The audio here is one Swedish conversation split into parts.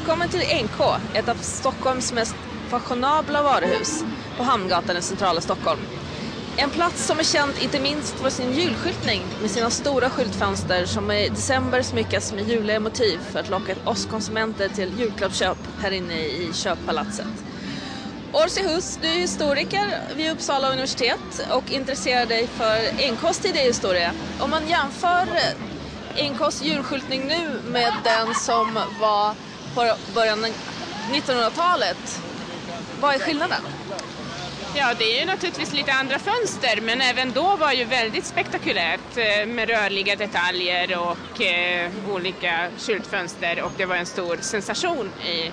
Välkommen till NK, ett av Stockholms mest fashionabla varuhus på Hamngatan i centrala Stockholm. En plats som är känd inte minst för sin julskyltning med sina stora skyltfönster som i december smyckas med juliga motiv för att locka oss konsumenter till julklappsköp här inne i köppalatset. Orsi Hus, du är historiker vid Uppsala universitet och intresserar dig för NKs tidiga historia. Om man jämför NKs julskyltning nu med den som var på början av 1900-talet, vad är skillnaden? Ja, det är ju naturligtvis lite andra fönster, men även då var ju väldigt spektakulärt med rörliga detaljer och olika skyltfönster, och det var en stor sensation i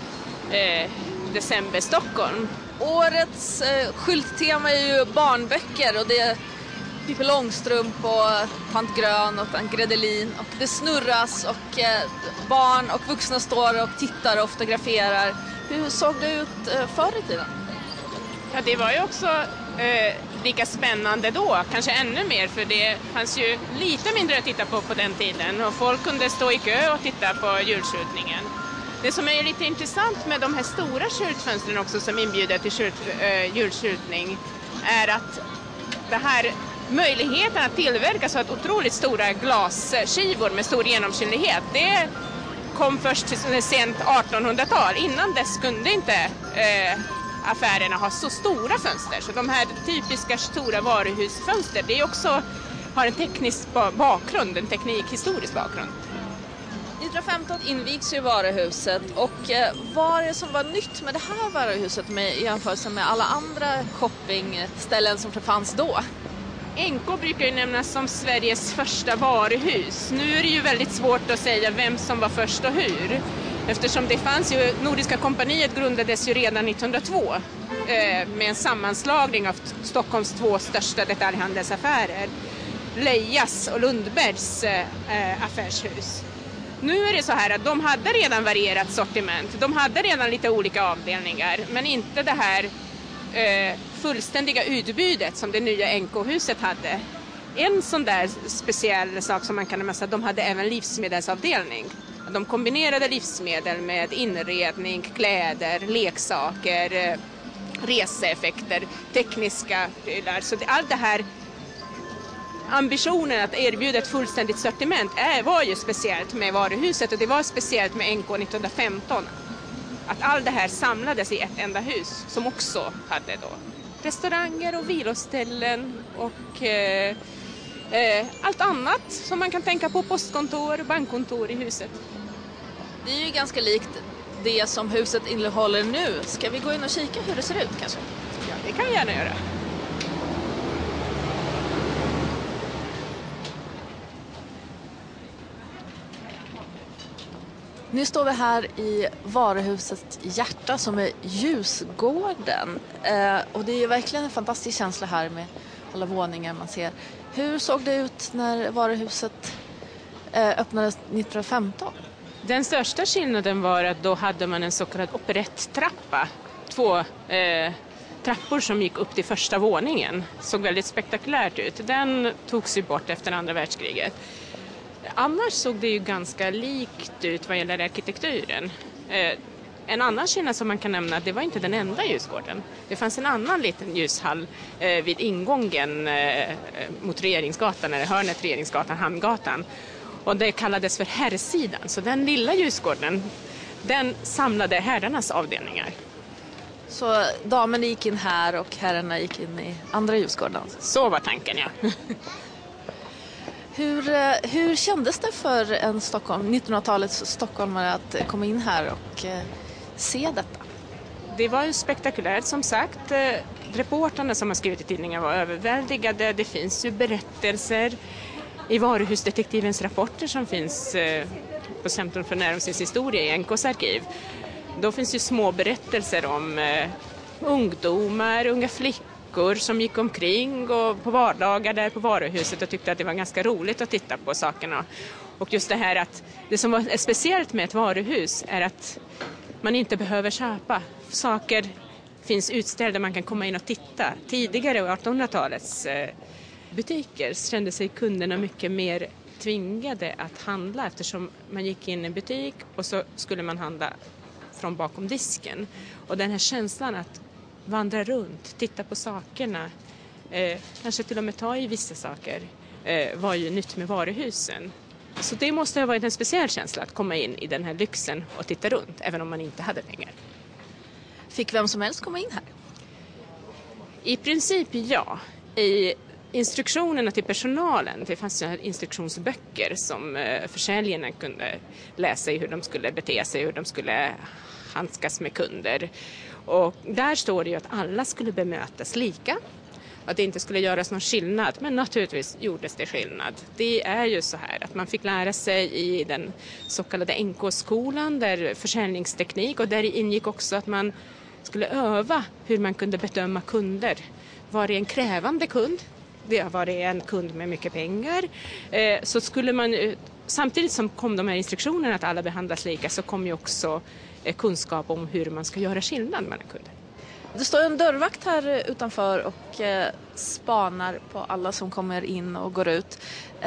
december Stockholm. Årets skylttema är ju barnböcker och det är Pippi Långstrump och Tant Grön och Tant Gredelin, och det snurras och barn och vuxna står och tittar och fotograferar. Hur såg det ut förr i tiden? Ja, det var ju också lika spännande då, kanske ännu mer, för det fanns ju lite mindre att titta på den tiden och folk kunde stå i kö och titta på julskyltningen. Det som är lite intressant med de här stora skyltfönstren också som inbjuder till julskyltning är att det här möjligheten att tillverka så att otroligt stora glasskivor med stor genomskinlighet, det kom först till sent 1800-tal. Innan dess kunde inte affärerna har så stora fönster. Så de här typiska stora varuhusfönster, det är också, har en teknisk bakgrund, en teknikhistorisk bakgrund. 1915 invigs ju varuhuset, och vad är det som var nytt med det här varuhuset med jämförelse med alla andra shoppingställen som fanns då? NK brukar ju nämnas som Sveriges första varuhus. Nu är det ju väldigt svårt att säga vem som var först och hur. Eftersom det fanns ju, Nordiska kompaniet grundades ju redan 1902 med en sammanslagning av Stockholms två största detaljhandelsaffärer, Lejas och Lundbergs affärshus. Nu är det så här att de hade redan varierat sortiment, de hade redan lite olika avdelningar, men inte det här fullständiga utbudet som det nya NK-huset hade. En sån där speciell sak som man kan nämna, att de hade även livsmedelsavdelning. De kombinerade livsmedel med inredning, kläder, leksaker, reseeffekter, tekniska prylar. Så allt det här, ambitionen att erbjuda ett fullständigt sortiment var ju speciellt med varuhuset, och det var speciellt med NK 1915. Att allt det här samlades i ett enda hus som också hade då restauranger och viloställen och allt annat som man kan tänka på, postkontor och bankkontor i huset. Det är ju ganska likt det som huset innehåller nu. Ska vi gå in och kika hur det ser ut kanske? Ja, det kan vi gärna göra. Nu står vi här i varuhusets hjärta som är Ljusgården. Och det är ju verkligen en fantastisk känsla här med alla våningar man ser. Hur såg det ut när varuhuset öppnades 1915? Den största skillnaden var att då hade man en så kallad operetttrappa. Två trappor som gick upp till första våningen. Såg väldigt spektakulärt ut. Den togs ju bort efter andra världskriget. Annars såg det ju ganska likt ut vad gäller arkitekturen. En annan skillnad som man kan nämna, det var inte den enda ljusgården. Det fanns en annan liten ljushall vid ingången mot Regeringsgatan, eller hörnet Regeringsgatan, Hamngatan. Och det kallades för herrsidan. Så den lilla ljusgården, den samlade herrarnas avdelningar. Så damerna gick in här och herrarna gick in i andra ljusgården? Så var tanken, ja. Hur kändes det för en 1900-talets stockholmare att komma in här och se detta? Det var ju spektakulärt som sagt. Reporterna som har skrivit i tidningen var överväldigade. Det finns ju berättelser i varuhusdetektivens rapporter som finns på Centrum för näringslivshistoria i NKs arkiv. Då finns ju små berättelser om ungdomar, unga flickor som gick omkring och på vardagar där på varuhuset och tyckte att det var ganska roligt att titta på sakerna. Och just det här att det som var speciellt med ett varuhus är att man inte behöver köpa. Saker finns utställda, man kan komma in och titta. Tidigare i 1800-talets butiker kände sig kunderna mycket mer tvingade att handla eftersom man gick in i en butik och så skulle man handla från bakom disken. Och den här känslan att vandra runt, titta på sakerna, kanske till och med ta i vissa saker var ju nytt med varuhusen. Så det måste ha varit en speciell känsla att komma in i den här lyxen och titta runt, även om man inte hade pengar. Fick vem som helst komma in här? I princip ja. I instruktionerna till personalen, det fanns instruktionsböcker som försäljarna kunde läsa i hur de skulle bete sig, hur de skulle handskas med kunder. Och där står det ju att alla skulle bemötas lika. Att det inte skulle göras någon skillnad, men naturligtvis gjordes det skillnad. Det är ju så här att man fick lära sig i den så kallade NK-skolan, där försäljningsteknik, och där ingick också att man skulle öva hur man kunde bedöma kunder. Var det en krävande kund? Var det en kund med mycket pengar? Så skulle man, samtidigt som kom de här instruktionerna att alla behandlas lika, så kom ju också kunskap om hur man ska göra skillnad mellan kunder. Det står en dörrvakt här utanför och spanar på alla som kommer in och går ut.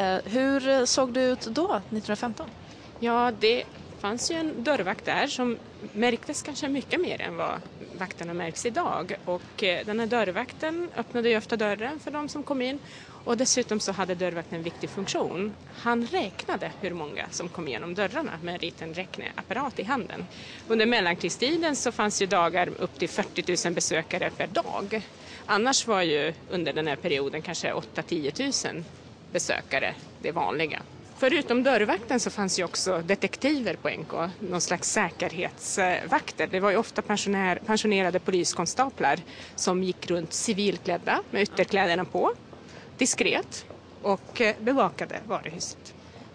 Hur såg det ut då, 1915? Ja, det fanns ju en dörrvakt där som märktes kanske mycket mer än vad vakterna märks idag. Och den här dörrvakten öppnade ju ofta dörren för de som kom in. Och dessutom så hade dörrvakten en viktig funktion. Han räknade hur många som kom igenom dörrarna med en liten räkneapparat i handen. Under mellankrigstiden så fanns ju dagar upp till 40 000 besökare per dag. Annars var ju under den här perioden kanske 8-10 000 besökare det vanliga. Förutom dörrvakten så fanns ju också detektiver på NK, någon slags säkerhetsvakter. Det var ju ofta pensionerade poliskonstaplar som gick runt civilklädda med ytterkläderna på, diskret, och bevakade varuhuset.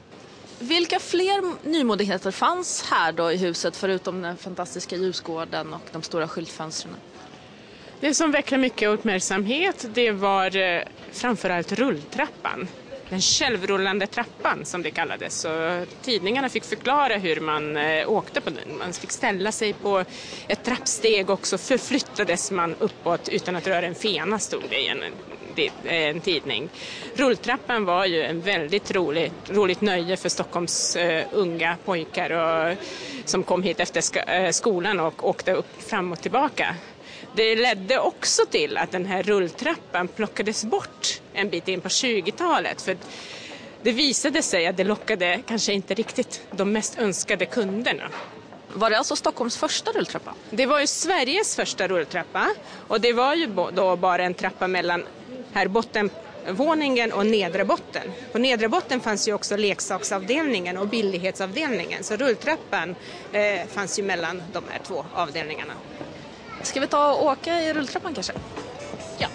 Vilka fler nymodigheter fanns här då i huset förutom den fantastiska ljusgården och de stora skyltfönstren? Det som väckte mycket uppmärksamhet, det var framförallt rulltrappan. Den självrullande trappan som det kallades. Så tidningarna fick förklara hur man åkte på den. Man fick ställa sig på ett trappsteg och så förflyttades man uppåt utan att röra en fena, stod det i en tidning. Rulltrappan var ju en väldigt roligt nöje för Stockholms unga pojkar som kom hit efter skolan och åkte upp fram och tillbaka. Det ledde också till att den här rulltrappan plockades bort en bit in på 20-talet. För det visade sig att det lockade kanske inte riktigt de mest önskade kunderna. Var det alltså Stockholms första rulltrappa? Det var ju Sveriges första rulltrappa. Och det var ju då bara en trappa mellan här bottenvåningen och nedre botten. På nedre botten fanns ju också leksaksavdelningen och billighetsavdelningen. Så rulltrappan fanns ju mellan de här två avdelningarna. Ska vi ta och åka i rulltrappan kanske? Ja.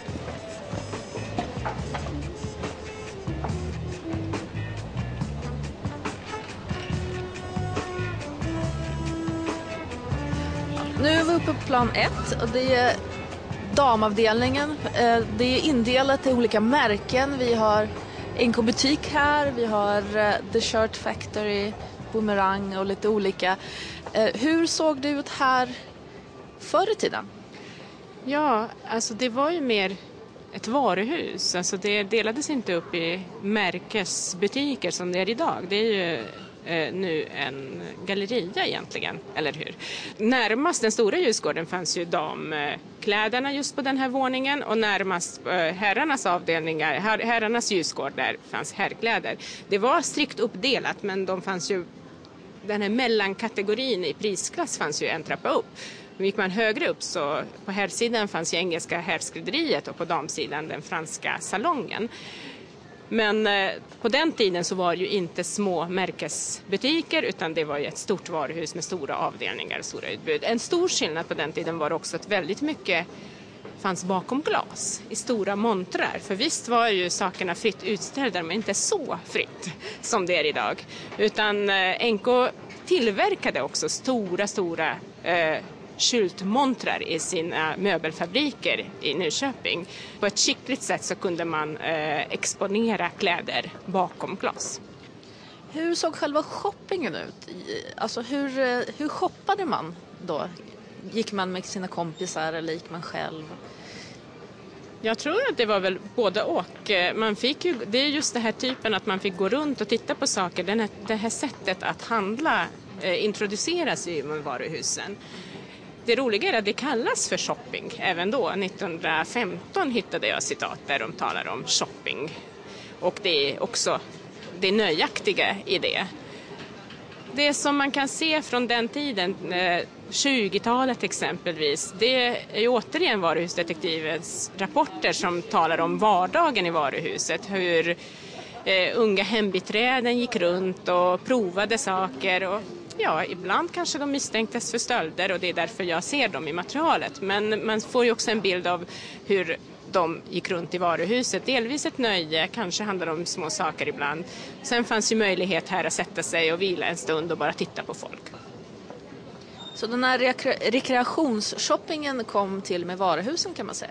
Nu är vi uppe på plan 1 och det är damavdelningen. Det är indelat i olika märken. Vi har NK-butik här, vi har The Shirt Factory, Boomerang och lite olika. Hur såg det ut här förr i tiden? Ja, alltså det var ju mer ett varuhus. Alltså det delades inte upp i märkesbutiker som det är idag. Det är ju nu en galleria egentligen, eller hur? Närmast den stora ljusgården fanns ju damkläderna just på den här våningen, och närmast herrarnas avdelningar, herrarnas ljusgård, där fanns herrkläder. Det var strikt uppdelat, men de fanns ju, den här mellankategorin i prisklass fanns ju en trappa upp. Gick man högre upp så på herrsidan fanns ju engelska herrskrädderiet och på damsidan den franska salongen. Men på den tiden så var det ju inte små märkesbutiker, utan det var ju ett stort varuhus med stora avdelningar och stora utbud. En stor skillnad på den tiden var också att väldigt mycket fanns bakom glas i stora montrar. För visst var ju sakerna fritt utställda, men inte så fritt som det är idag. Utan NK tillverkade också stora skyltmontrar i sina möbelfabriker i Nyköping. På ett skickligt sätt så kunde man exponera kläder bakom glas. Hur såg själva shoppingen ut? Alltså hur shoppade man då? Gick man med sina kompisar eller gick man själv? Jag tror att det var väl både och. Man fick ju, det är just det här typen att man fick gå runt och titta på saker. Det här sättet att handla introduceras i varuhusen. Det roliga är att det kallas för shopping även då. 1915 hittade jag citat där de talar om shopping. Och det är också det nöjaktiga i det. Det som man kan se från den tiden, 20-talet exempelvis, det är ju återigen varuhusdetektivens rapporter som talar om vardagen i varuhuset. Hur unga hembiträden gick runt och provade saker och ja, ibland kanske de misstänktes för stölder och det är därför jag ser dem i materialet. Men man får ju också en bild av hur de gick runt i varuhuset. Delvis ett nöje, kanske handlar det om små saker ibland. Sen fanns ju möjlighet här att sätta sig och vila en stund och bara titta på folk. Så den här rekreationsshoppingen kom till med varuhusen kan man säga?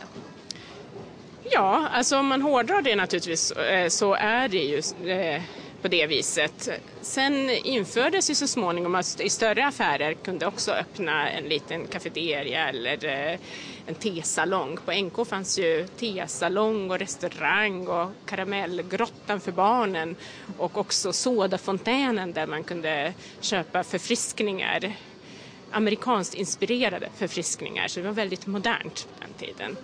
Ja, alltså om man hårdrar det naturligtvis så är det ju på det viset. Sen infördes ju så småningom att i större affärer kunde också öppna en liten kafeteria eller en tesalong. På NK fanns ju tesalong och restaurang och karamellgrottan för barnen och också sodafontänen där man kunde köpa förfriskningar. Amerikanskt inspirerade förfriskningar, så det var väldigt modernt på den tiden.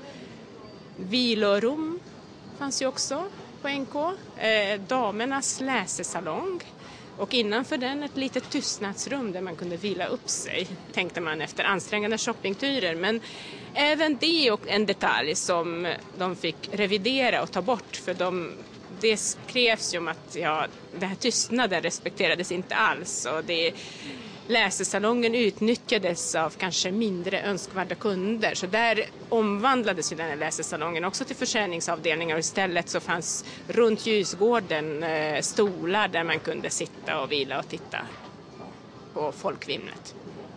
Vilorum fanns ju också på NK, damernas läsesalong och innanför den ett litet tystnadsrum där man kunde vila upp sig, tänkte man efter ansträngande shoppingturer. Men även det är en detalj som de fick revidera och ta bort, för det skrevs ju om att den här tystnaden respekterades inte alls och läsesalongen utnyttjades av kanske mindre önskvärda kunder. Så där omvandlades ju den här läsesalongen också till försäljningsavdelningar och istället så fanns runt ljusgården stolar där man kunde sitta och vila och titta på folkvimlet.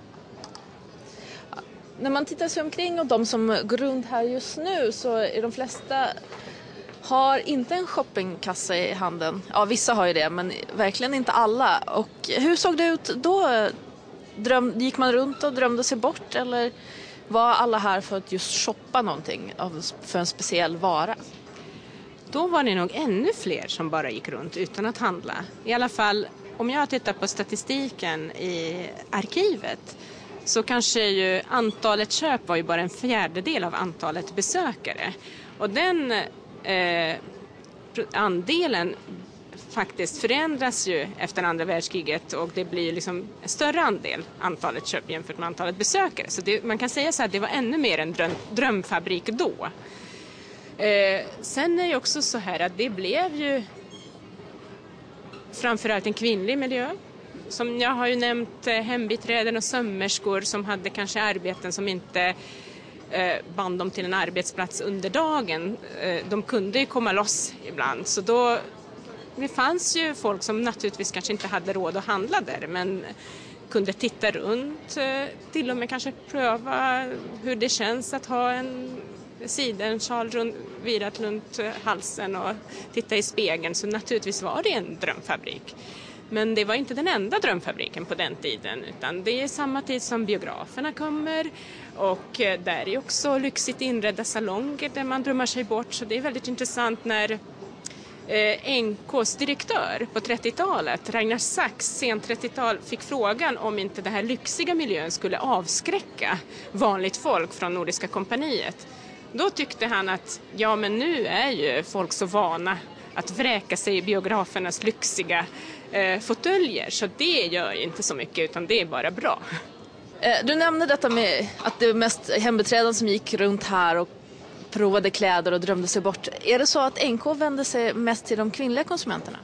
När man tittar sig omkring och de som går runt här just nu så är de flesta har inte en shoppingkassa i handen. Ja, vissa har ju det, men verkligen inte alla. Och hur såg det ut då? Gick man runt och drömde sig bort eller var alla här för att just shoppa någonting för en speciell vara? Då var det nog ännu fler som bara gick runt utan att handla. I alla fall, om jag tittar på statistiken i arkivet så kanske ju antalet köp var ju bara en fjärdedel av antalet besökare. Och den andelen faktiskt förändras ju efter andra världskriget och det blir liksom en större andel antalet köp jämfört med antalet besökare. Så man kan säga så att det var ännu mer en drömfabrik då. Sen är det också så här att det blev ju framförallt en kvinnlig miljö. Som jag har ju nämnt hembiträden och sömmerskor som hade kanske arbeten som inte band dem till en arbetsplats under dagen. De kunde ju komma loss ibland. Så då det fanns ju folk som naturligtvis kanske inte hade råd att handla där men kunde titta runt, till och med kanske pröva hur det känns att ha en sidensjal virat runt halsen och titta i spegeln. Så naturligtvis var det en drömfabrik. Men det var inte den enda drömfabriken på den tiden utan det är samma tid som biograferna kommer och där är också lyxigt inredda salonger där man drömmar sig bort. Så det är väldigt intressant när NKs direktör på 30-talet, Ragnar Sachs, sent 30-tal, fick frågan om inte den här lyxiga miljön skulle avskräcka vanligt folk från Nordiska kompaniet. Då tyckte han att men nu är ju folk så vana att vräka sig i biografernas lyxiga fåtöljer så det gör inte så mycket utan det är bara bra. Du nämnde detta med att det var mest hembiträden som gick runt här och provade kläder och drömde sig bort. Är det så att NK vände sig mest till de kvinnliga konsumenterna?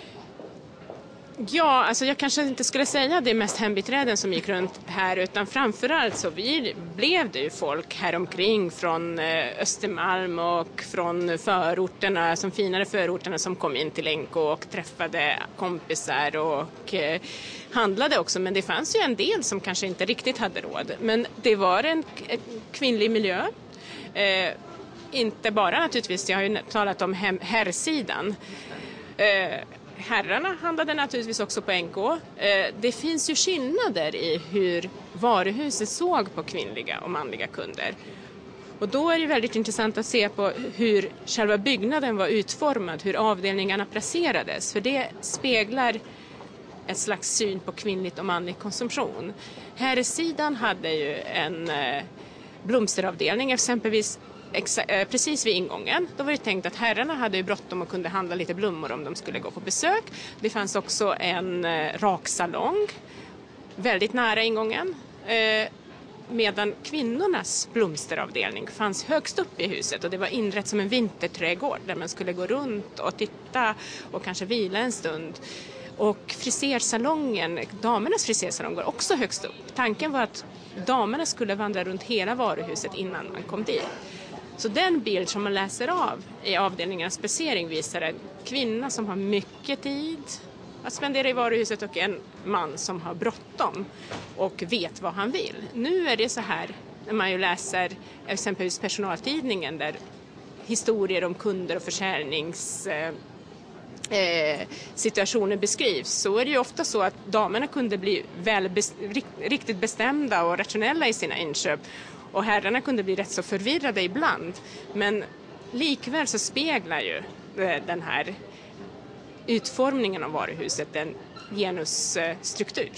Ja, alltså jag kanske inte skulle säga att det är mest hembiträden som gick runt här utan framförallt så blev det ju folk här omkring från Östermalm och från förorterna, som finare förorterna som kom in till NK och träffade kompisar och handlade också. Men det fanns ju en del som kanske inte riktigt hade råd. Men det var en kvinnlig miljö. Inte bara naturligtvis, jag har ju talat om herrsidan. Herrarna handlade naturligtvis också på NK. Det finns ju skillnader i hur varuhuset såg på kvinnliga och manliga kunder. Och då är det väldigt intressant att se på hur själva byggnaden var utformad, hur avdelningarna placerades. För det speglar ett slags syn på kvinnligt och manlig konsumtion. Herrsidan hade ju en blomsteravdelning exempelvis precis vid ingången. Då var det tänkt att herrarna hade ju bråttom och kunde handla lite blommor om de skulle gå på besök. Det fanns också en raksalong väldigt nära ingången. Medan kvinnornas blomsteravdelning fanns högst upp i huset och det var inrett som en vinterträdgård där man skulle gå runt och titta och kanske vila en stund. Och frisersalongen, damernas frisersalong går också högst upp. Tanken var att damerna skulle vandra runt hela varuhuset innan man kom dit. Så den bild som man läser av i avdelningarnas placering visar en kvinna som har mycket tid att spendera i varuhuset och en man som har bråttom och vet vad han vill. Nu är det så här när man ju läser exempelvis personaltidningen där historier om kunder och försäljningssituationer beskrivs, så är det ju ofta så att damerna kunde bli riktigt bestämda och rationella i sina inköp och herrarna kunde bli rätt så förvirrade ibland. Men likväl så speglar ju den här utformningen av varuhuset en genusstruktur.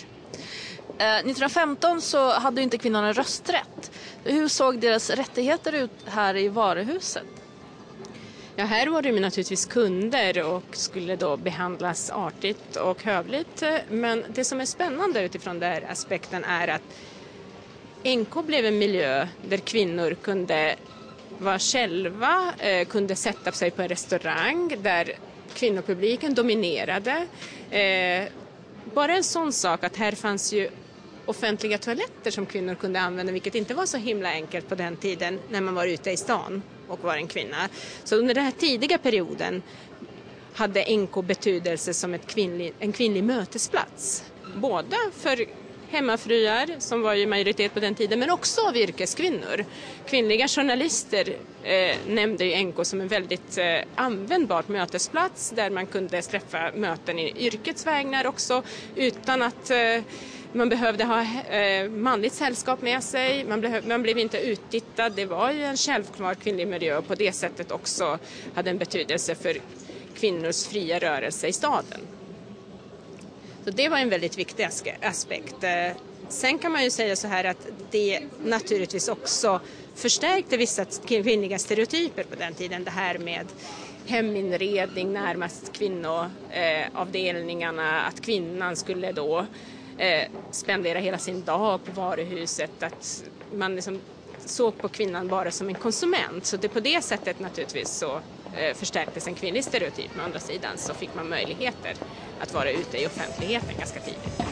1915 så hade inte kvinnorna rösträtt. Hur såg deras rättigheter ut här i varuhuset? Ja, här var de naturligtvis kunder och skulle då behandlas artigt och hövligt. Men det som är spännande utifrån den här aspekten är att NK blev en miljö där kvinnor kunde vara själva, kunde sätta sig på en restaurang där kvinnopubliken dominerade. Bara en sån sak att här fanns ju offentliga toaletter som kvinnor kunde använda, vilket inte var så himla enkelt på den tiden när man var ute i stan och var en kvinna. Så under den här tidiga perioden hade NK betydelse som en kvinnlig mötesplats. Både för hemmafruar, som var ju majoritet på den tiden, men också av yrkeskvinnor. Kvinnliga journalister nämnde ju NK som en väldigt användbar mötesplats där man kunde träffa möten i yrkets vägnar också utan att man behövde ha manligt sällskap med sig. Man blev inte uttittad. Det var ju en självklar kvinnlig miljö och på det sättet också hade en betydelse för kvinnors fria rörelse i staden. Så det var en väldigt viktig aspekt. Sen kan man ju säga så här att det naturligtvis också förstärkte vissa kvinnliga stereotyper på den tiden. Det här med heminredning närmast kvinnoavdelningarna, att kvinnan skulle då spendera hela sin dag på varuhuset, att man liksom såg på kvinnan bara som en konsument. Så det på det sättet naturligtvis så förstärktes en kvinnlig stereotyp. Men å andra sidan så fick man möjligheter att vara ute i offentligheten ganska tidigt.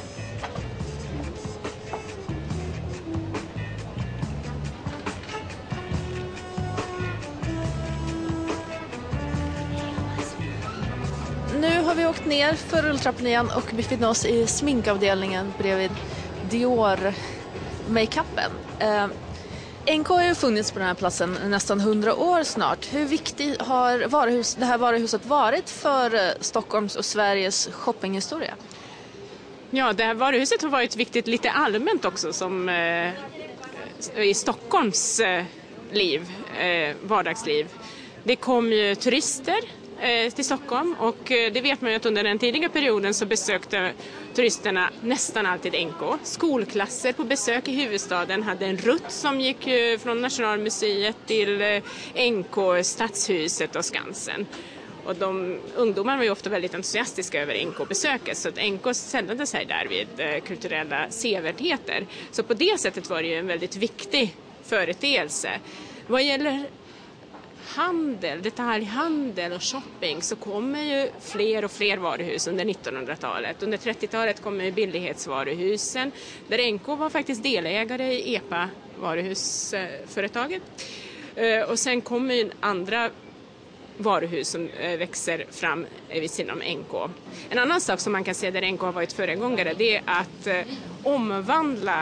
Nu har vi åkt ner för rulltrappan igen och befinner oss i sminkavdelningen bredvid Dior-makeupen. NK har ju funnits på den här platsen nästan 100 år snart. Hur viktigt har det här varuhuset varit för Stockholms och Sveriges shoppinghistoria? Ja, det här varuhuset har varit viktigt lite allmänt också som i Stockholms vardagsliv. Det kom ju turister till Stockholm och det vet man ju att under den tidiga perioden så besökte turisterna nästan alltid NK. Skolklasser på besök i huvudstaden hade en rutt som gick från Nationalmuseet till NK, Stadshuset och Skansen. Och ungdomar var ju ofta väldigt entusiastiska över NK-besöket så att NK sällade sig där vid kulturella sevärdheter. Så på det sättet var det ju en väldigt viktig företeelse. Vad gäller handel, detaljhandel och shopping så kommer ju fler och fler varuhus under 1900-talet. Under 30-talet kommer ju billighetsvaruhusen där NK var faktiskt delägare i EPA varuhusföretaget. Och sen kommer ju andra varuhus som växer fram vid sidan om NK. En annan sak som man kan se där NK har varit föregångare det är att omvandla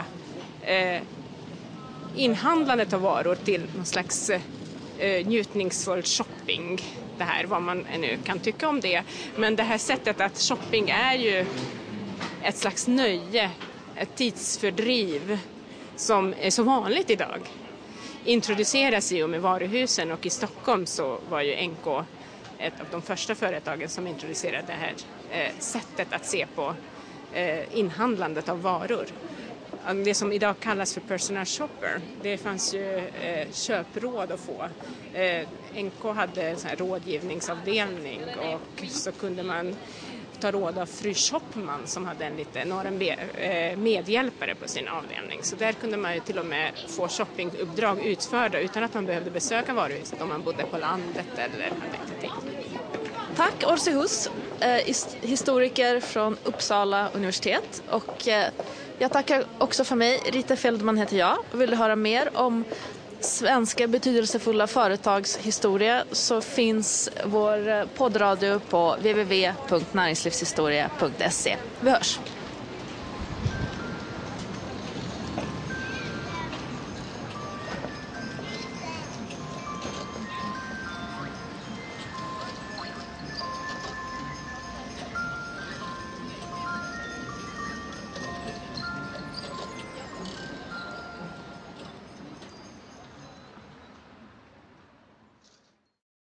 inhandlandet av varor till någon slags njutningsfull shopping. Det här, vad man nu kan tycka om det. Men det här sättet att shopping är ju ett slags nöje, ett tidsfördriv som är så vanligt idag. introduceras i och med varuhusen, och i Stockholm så var ju NK ett av de första företagen som introducerade det här sättet att se på inhandlandet av varor. Det som idag kallas för personal shopper, det fanns ju köpråd att få. NK hade en sån här rådgivningsavdelning, och så kunde man ta råd av fru Shoppman som hade några medhjälpare på sin avdelning. Så där kunde man ju till och med få shoppinguppdrag utförda utan att man behövde besöka varuhuset om man bodde på landet eller hade inte tid. Tack Orsi Hus, historiker från Uppsala universitet, och jag tackar också för mig. Rita Feldman heter jag. Vill du höra mer om svenska betydelsefulla företags historia så finns vår poddradio på www.näringslivshistoria.se. Vi hörs!